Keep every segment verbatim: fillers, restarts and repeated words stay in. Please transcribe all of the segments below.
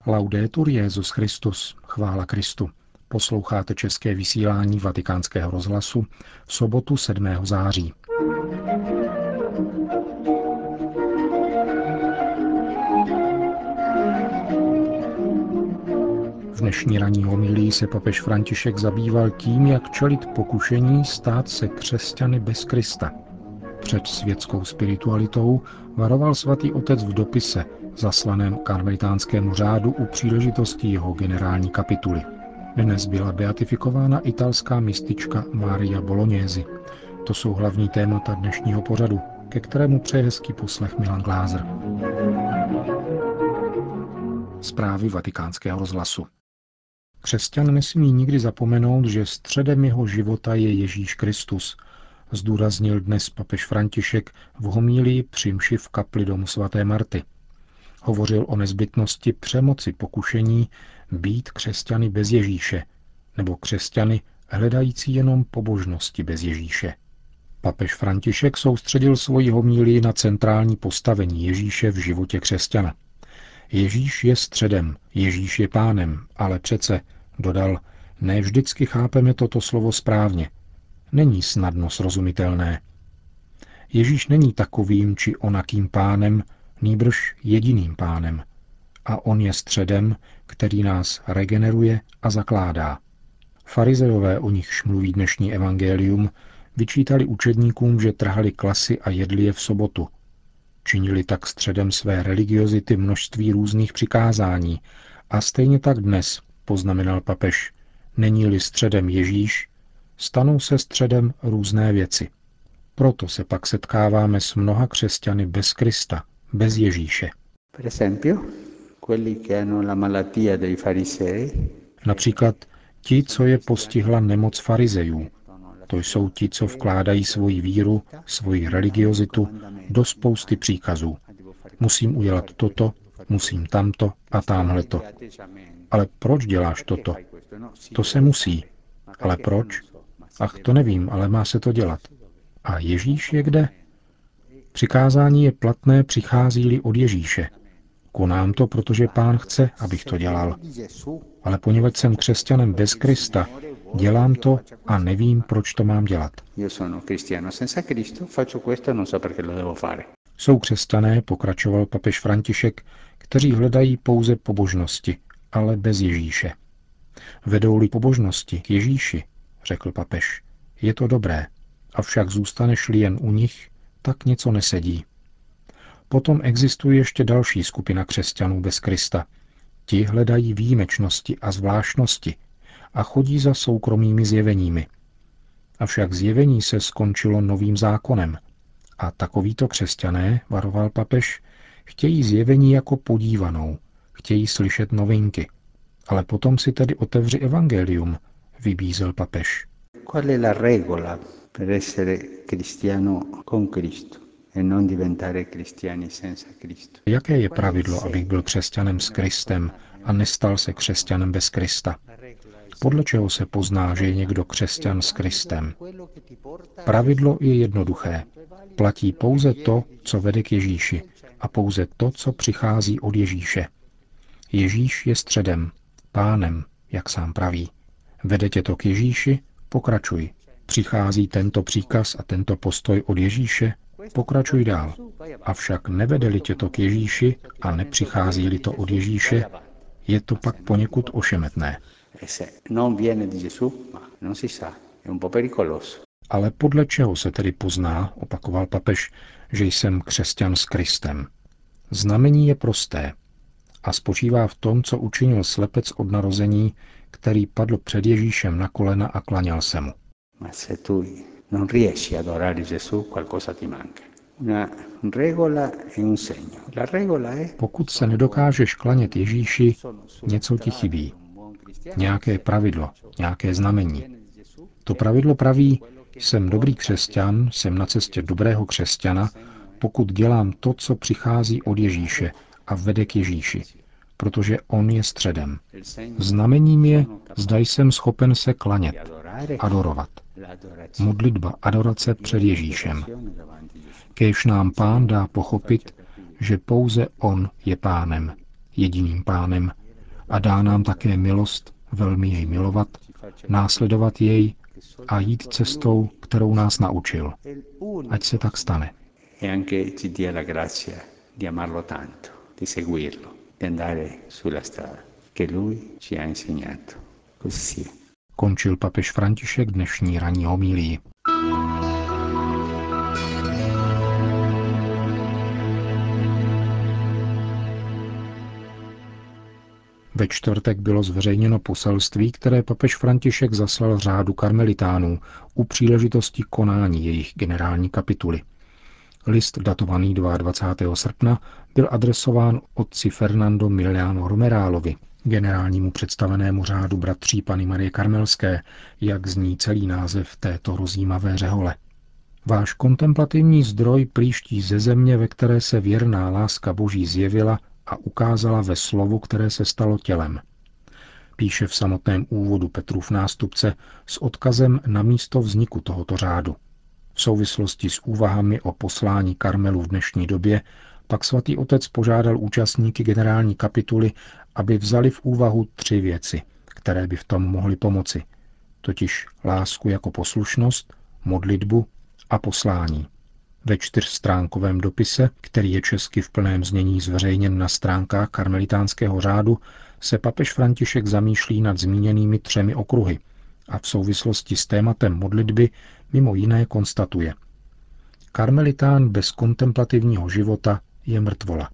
Laudetur Jesus Christus, chvála Kristu. Posloucháte české vysílání Vatikánského rozhlasu v sobotu sedmého září. V dnešní ranní homilii se papež František zabýval tím, jak čelit pokušení stát se křesťany bez Krista. Před světskou spiritualitou varoval svatý otec v dopise, zaslaném karmelitánskému řádu u příležitosti jeho generální kapituly. Dnes byla beatifikována italská mistička Maria Bolognesi. To jsou hlavní témata dnešního pořadu, ke kterému přeje hezký poslech Milan Glázer. Zprávy Vatikánského rozhlasu. Křesťan nesmí nikdy zapomenout, že středem jeho života je Ježíš Kristus, zdůraznil dnes papež František v homílii při mši v kapli domu svaté Marty. Hovořil o nezbytnosti přemoci pokušení být křesťany bez Ježíše, nebo křesťany hledající jenom pobožnosti bez Ježíše. Papež František soustředil svoji homílii na centrální postavení Ježíše v životě křesťana. Ježíš je středem, Ježíš je pánem, ale přece, dodal, ne vždycky chápeme toto slovo správně. Není snadno srozumitelné. Ježíš není takovým či onakým pánem, nýbrž jediným pánem. A on je středem, který nás regeneruje a zakládá. Farizejové, o nichž mluví dnešní evangelium, vyčítali učedníkům, že trhali klasy a jedli je v sobotu. Činili tak středem své religiozity množství různých přikázání a stejně tak dnes, poznamenal papež, není-li středem Ježíš, stanou se středem různé věci. Proto se pak setkáváme s mnoha křesťany bez Krista, bez Ježíše. Například ti, co je postihla nemoc farizejů. To jsou ti, co vkládají svoji víru, svoji religiozitu do spousty příkazů. Musím udělat toto, musím tamto a támhleto. Ale proč děláš toto? To se musí. Ale proč? Ach, to nevím, ale má se to dělat. A Ježíš je kde? Přikázání je platné, přichází-li od Ježíše. Konám to, protože Pán chce, abych to dělal. Ale poněvadž jsem křesťanem bez Krista, dělám to a nevím, proč to mám dělat. Jsou křesťané, pokračoval papež František, kteří hledají pouze pobožnosti, ale bez Ježíše. Vedou-li pobožnosti k Ježíši, řekl papež, je to dobré, avšak zůstaneš-li jen u nich, tak něco nesedí. Potom existuje ještě další skupina křesťanů bez Krista. Ti hledají výjimečnosti a zvláštnosti a chodí za soukromými zjeveními. Avšak zjevení se skončilo novým zákonem. A takovýto křesťané, varoval papež, chtějí zjevení jako podívanou, chtějí slyšet novinky. Ale potom si tedy otevři evangelium, vybízel papež. Qual è la regola per essere cristiano con Cristo e non diventare cristiani senza Cristo? Jaké je pravidlo, abych byl křesťanem s Kristem a nestal se křesťanem bez Krista? Podle čeho se pozná, že je někdo křesťan s Kristem? Pravidlo je jednoduché. Platí pouze to, co vede k Ježíši, a pouze to, co přichází od Ježíše. Ježíš je středem, pánem, jak sám praví. Vede tě to k Ježíši? Pokračuj. Přichází tento příkaz a tento postoj od Ježíše? Pokračuj dál. Avšak nevede-li tě to k Ježíši a nepřichází-li to od Ježíše, je to pak poněkud ošemetné. Ale podle čeho se tedy pozná, opakoval papež, že jsem křesťan s Kristem? Znamení je prosté a spočívá v tom, co učinil slepec od narození, který padl před Ježíšem na kolena a klaněl se mu. Pokud se nedokážeš klanět Ježíši, něco ti chybí. Nějaké pravidlo, nějaké znamení. To pravidlo praví, jsem dobrý křesťan, jsem na cestě dobrého křesťana, pokud dělám to, co přichází od Ježíše a vede k Ježíši, protože on je středem. Znamením je, zda jsem schopen se klanět, adorovat. Modlitba, adorace před Ježíšem. Kéž nám Pán dá pochopit, že pouze on je pánem, jediným pánem, a dá nám také milost velmi jej milovat, následovat jej a jít cestou, kterou nás naučil. Ať se tak stane. E anche ci dia la grazia di amarlo tanto, di seguirlo, di andare sulla strada che lui ci ha insegnato. Così sia. Končil papež František dnešní ranní homilii. Ve čtvrtek bylo zveřejněno poselství, které papež František zaslal řádu karmelitánů u příležitosti konání jejich generální kapituly. List datovaný dvacátého druhého srpna byl adresován otci Fernando Miliano Romerálovi, generálnímu představenému řádu bratří Panny Marie Karmelské, jak zní celý název této rozjímavé řehole. Váš kontemplativní zdroj plíští ze země, ve které se věrná láska Boží zjevila a ukázala ve slovu, které se stalo tělem. Píše v samotném úvodu Petrův nástupce s odkazem na místo vzniku tohoto řádu. V souvislosti s úvahami o poslání Karmelu v dnešní době pak svatý otec požádal účastníky generální kapituly, aby vzali v úvahu tři věci, které by v tom mohly pomoci, totiž lásku jako poslušnost, modlitbu a poslání. Ve čtyřstránkovém dopise, který je česky v plném znění zveřejněn na stránkách karmelitánského řádu, se papež František zamýšlí nad zmíněnými třemi okruhy a v souvislosti s tématem modlitby mimo jiné konstatuje: karmelitán bez kontemplativního života je mrtvola.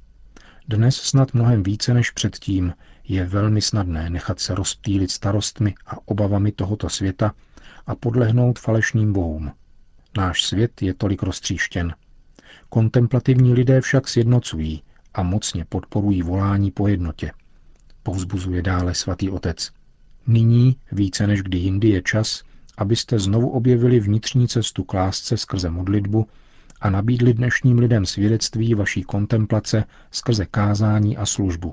Dnes snad mnohem více než předtím je velmi snadné nechat se rozptýlit starostmi a obavami tohoto světa a podlehnout falešným bohům. Náš svět je tolik roztříštěn. Kontemplativní lidé však sjednocují a mocně podporují volání po jednotě. Povzbuzuje dále svatý otec. Nyní, více než kdy jindy, je čas, abyste znovu objevili vnitřní cestu k lásce skrze modlitbu a nabídli dnešním lidem svědectví vaší kontemplace skrze kázání a službu.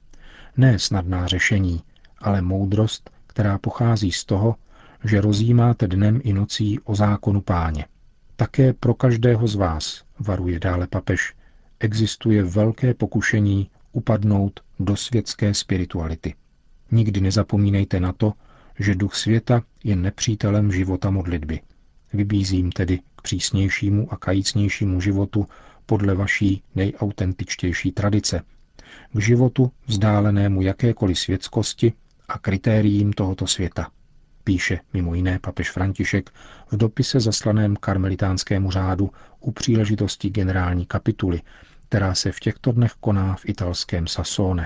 Ne snadná řešení, ale moudrost, která pochází z toho, že rozjímáte dnem i nocí o zákonu Páně. Také pro každého z vás, varuje dále papež, existuje velké pokušení upadnout do světské spirituality. Nikdy nezapomínejte na to, že duch světa je nepřítelem života modlitby. Vybízím tedy k přísnějšímu a kajícnějšímu životu podle vaší nejautentičtější tradice, k životu vzdálenému jakékoliv světskosti a kritériím tohoto světa. Píše mimo jiné papež František v dopise zaslaném karmelitánskému řádu u příležitosti generální kapituly, která se v těchto dnech koná v italském Sassone.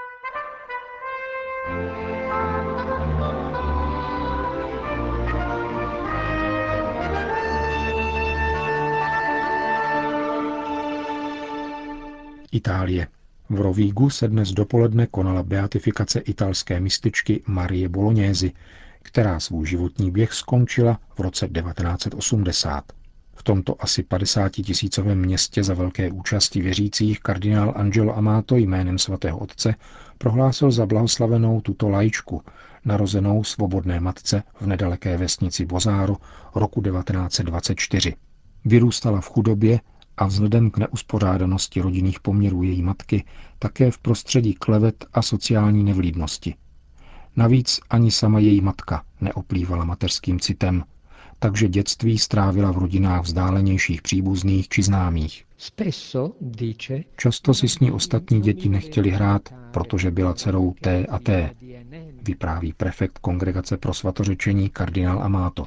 Itálie. V Rovígu se dnes dopoledne konala beatifikace italské mističky Marie Bolognesi, která svůj životní běh skončila v roce devatenáct set osmdesát. V tomto asi padesátitisícovém městě za velké účasti věřících kardinál Angelo Amato jménem svatého otce prohlásil za blahoslavenou tuto laičku, narozenou svobodné matce v nedaleké vesnici Bozáro roku devatenáct set dvacet čtyři. Vyrůstala v chudobě a vzhledem k neuspořádanosti rodinných poměrů její matky také v prostředí klevet a sociální nevlídnosti. Navíc ani sama její matka neoplývala mateřským citem, takže dětství strávila v rodinách vzdálenějších příbuzných či známých. Často si s ní ostatní děti nechtěli hrát, protože byla dcerou té a té, vypráví prefekt Kongregace pro svatořečení kardinál Amato.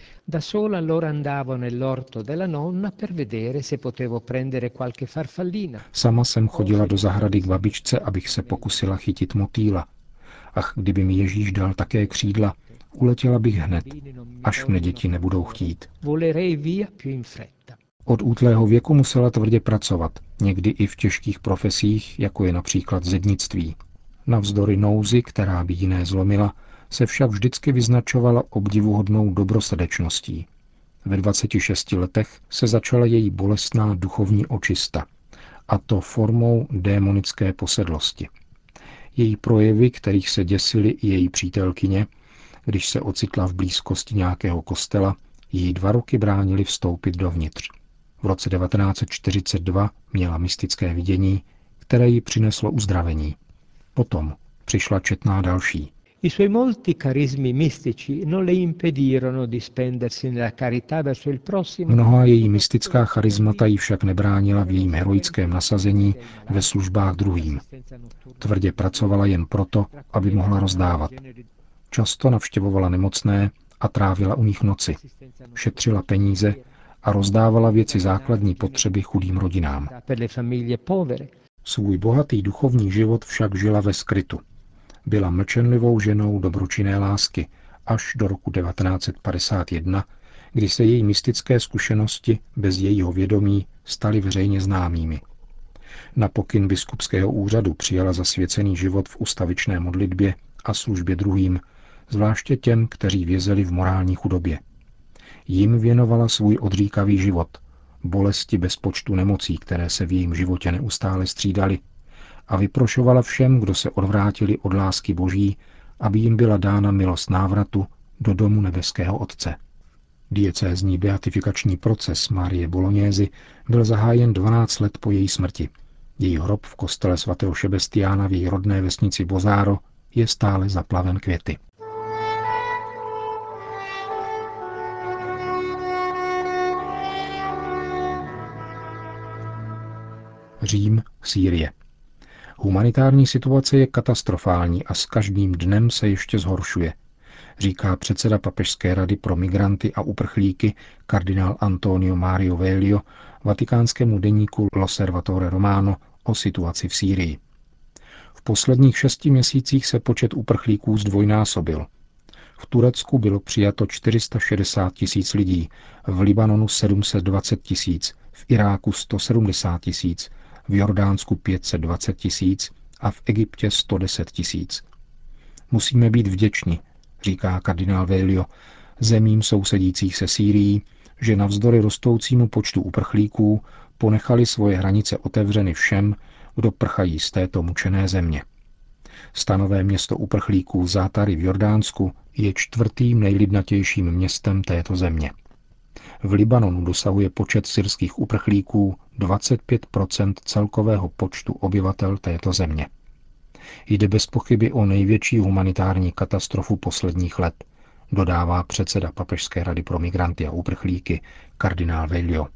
Sama jsem chodila do zahrady k babičce, abych se pokusila chytit motýla. Ach, kdyby mi Ježíš dal také křídla, uletěla bych hned, až mne děti nebudou chtít. Od útlého věku musela tvrdě pracovat, někdy i v těžkých profesích, jako je například zednictví. Navzdory nouzi, která by jiné zlomila, se však vždycky vyznačovala obdivuhodnou dobrosrdečností. Ve dvaceti šesti letech se začala její bolestná duchovní očista, a to formou démonické posedlosti. Její projevy, kterých se děsily i její přítelkyně, když se ocitla v blízkosti nějakého kostela, jí dva roky bránili vstoupit dovnitř. V roce devatenáct set čtyřicet dva měla mystické vidění, které jí přineslo uzdravení. Potom, přišla četná další. I suoi molti carismi mistici non le impedirono di spendersi nella carità verso il prossimo. Mnoha její mystická charismata jí však nebránila v jejím heroickém nasazení ve službách druhým. Tvrdě pracovala jen proto, aby mohla rozdávat. Často navštěvovala nemocné a trávila u nich noci. Šetřila peníze a rozdávala věci základní potřeby chudým rodinám. Svůj bohatý duchovní život však žila ve skrytu. Byla mlčenlivou ženou dobročinné lásky až do roku devatenáct set padesát jedna, kdy se její mystické zkušenosti bez jejího vědomí staly veřejně známými. Na pokyn biskupského úřadu přijala zasvěcený život v ustavičné modlitbě a službě druhým, zvláště těm, kteří vězeli v morální chudobě. Jim věnovala svůj odříkavý život, bolesti bez počtu nemocí, které se v jejím životě neustále střídaly, a vyprošovala všem, kdo se odvrátili od lásky Boží, aby jim byla dána milost návratu do domu nebeského Otce. Diecézní beatifikační proces Marie Bolognesi byl zahájen dvanáct let po její smrti. Její hrob v kostele svatého Šebestiána v její rodné vesnici Bozáro je stále zaplaven květy. Řím, Sýrie. Humanitární situace je katastrofální a s každým dnem se ještě zhoršuje, říká předseda Papežské rady pro migranty a uprchlíky kardinál Antonio Mario Velio vatikánskému deníku L'Osservatore Romano o situaci v Sýrii. V posledních šesti měsících se počet uprchlíků zdvojnásobil. V Turecku bylo přijato čtyři sta šedesát tisíc lidí, v Libanonu sedm set dvacet tisíc, v Iráku sto sedmdesát tisíc, v Jordánsku pět set dvacet tisíc a v Egyptě sto deset tisíc. Musíme být vděční, říká kardinál Velio, zemím sousedících se Sýrií, že navzdory rostoucímu počtu uprchlíků ponechali svoje hranice otevřeny všem, kdo prchají z této mučené země. Stanové město uprchlíků Zátary v Jordánsku je čtvrtým nejlidnatějším městem této země. V Libanonu dosahuje počet syrských uprchlíků dvacet pět procent celkového počtu obyvatel této země. Jde bez pochyby o největší humanitární katastrofu posledních let, dodává předseda Papežské rady pro migranty a uprchlíky kardinál Velio.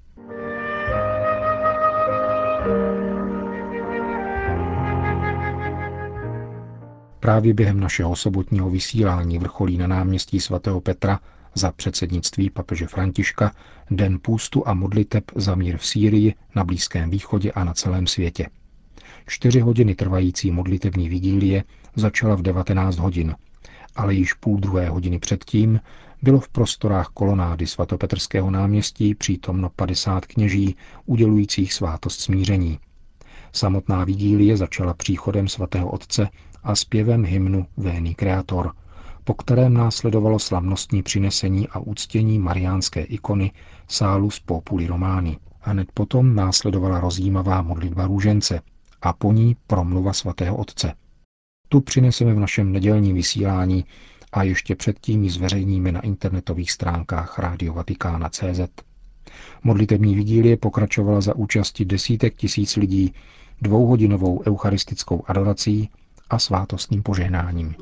Právě během našeho sobotního vysílání vrcholí na náměstí svatého Petra za předsednictví papeže Františka den půstu a modliteb za mír v Sýrii, na Blízkém východě a na celém světě. Čtyři hodiny trvající modlitební vigílie začala v devatenáct hodin, ale již půl druhé hodiny předtím bylo v prostorách kolonády svatopetrského náměstí přítomno padesát kněží udělujících svátost smíření. Samotná vigílie začala příchodem svatého otce a zpěvem hymnu Veni Creator, po kterém následovalo slavnostní přinesení a uctění mariánské ikony Salus Populi Romani. Hned potom následovala rozjímavá modlitba růžence a po ní promluva svatého otce. Tu přineseme v našem nedělním vysílání a ještě předtím ji zveřejníme na internetových stránkách rádio vatikana tečka cé zet. Modlitební vigílie pokračovala za účasti desítek tisíc lidí dvouhodinovou eucharistickou adorací a svátostným požehnáním.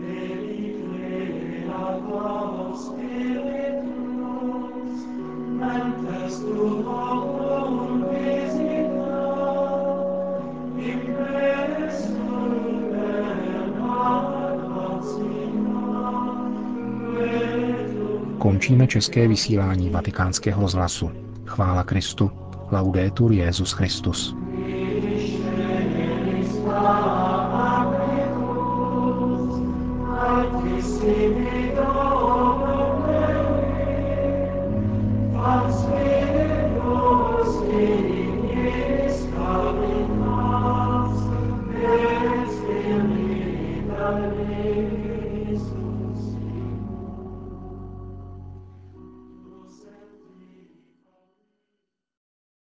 Končíme české vysílání Vatikánského rozhlasu. Chvála Kristu. Laudetur Jesus Christus.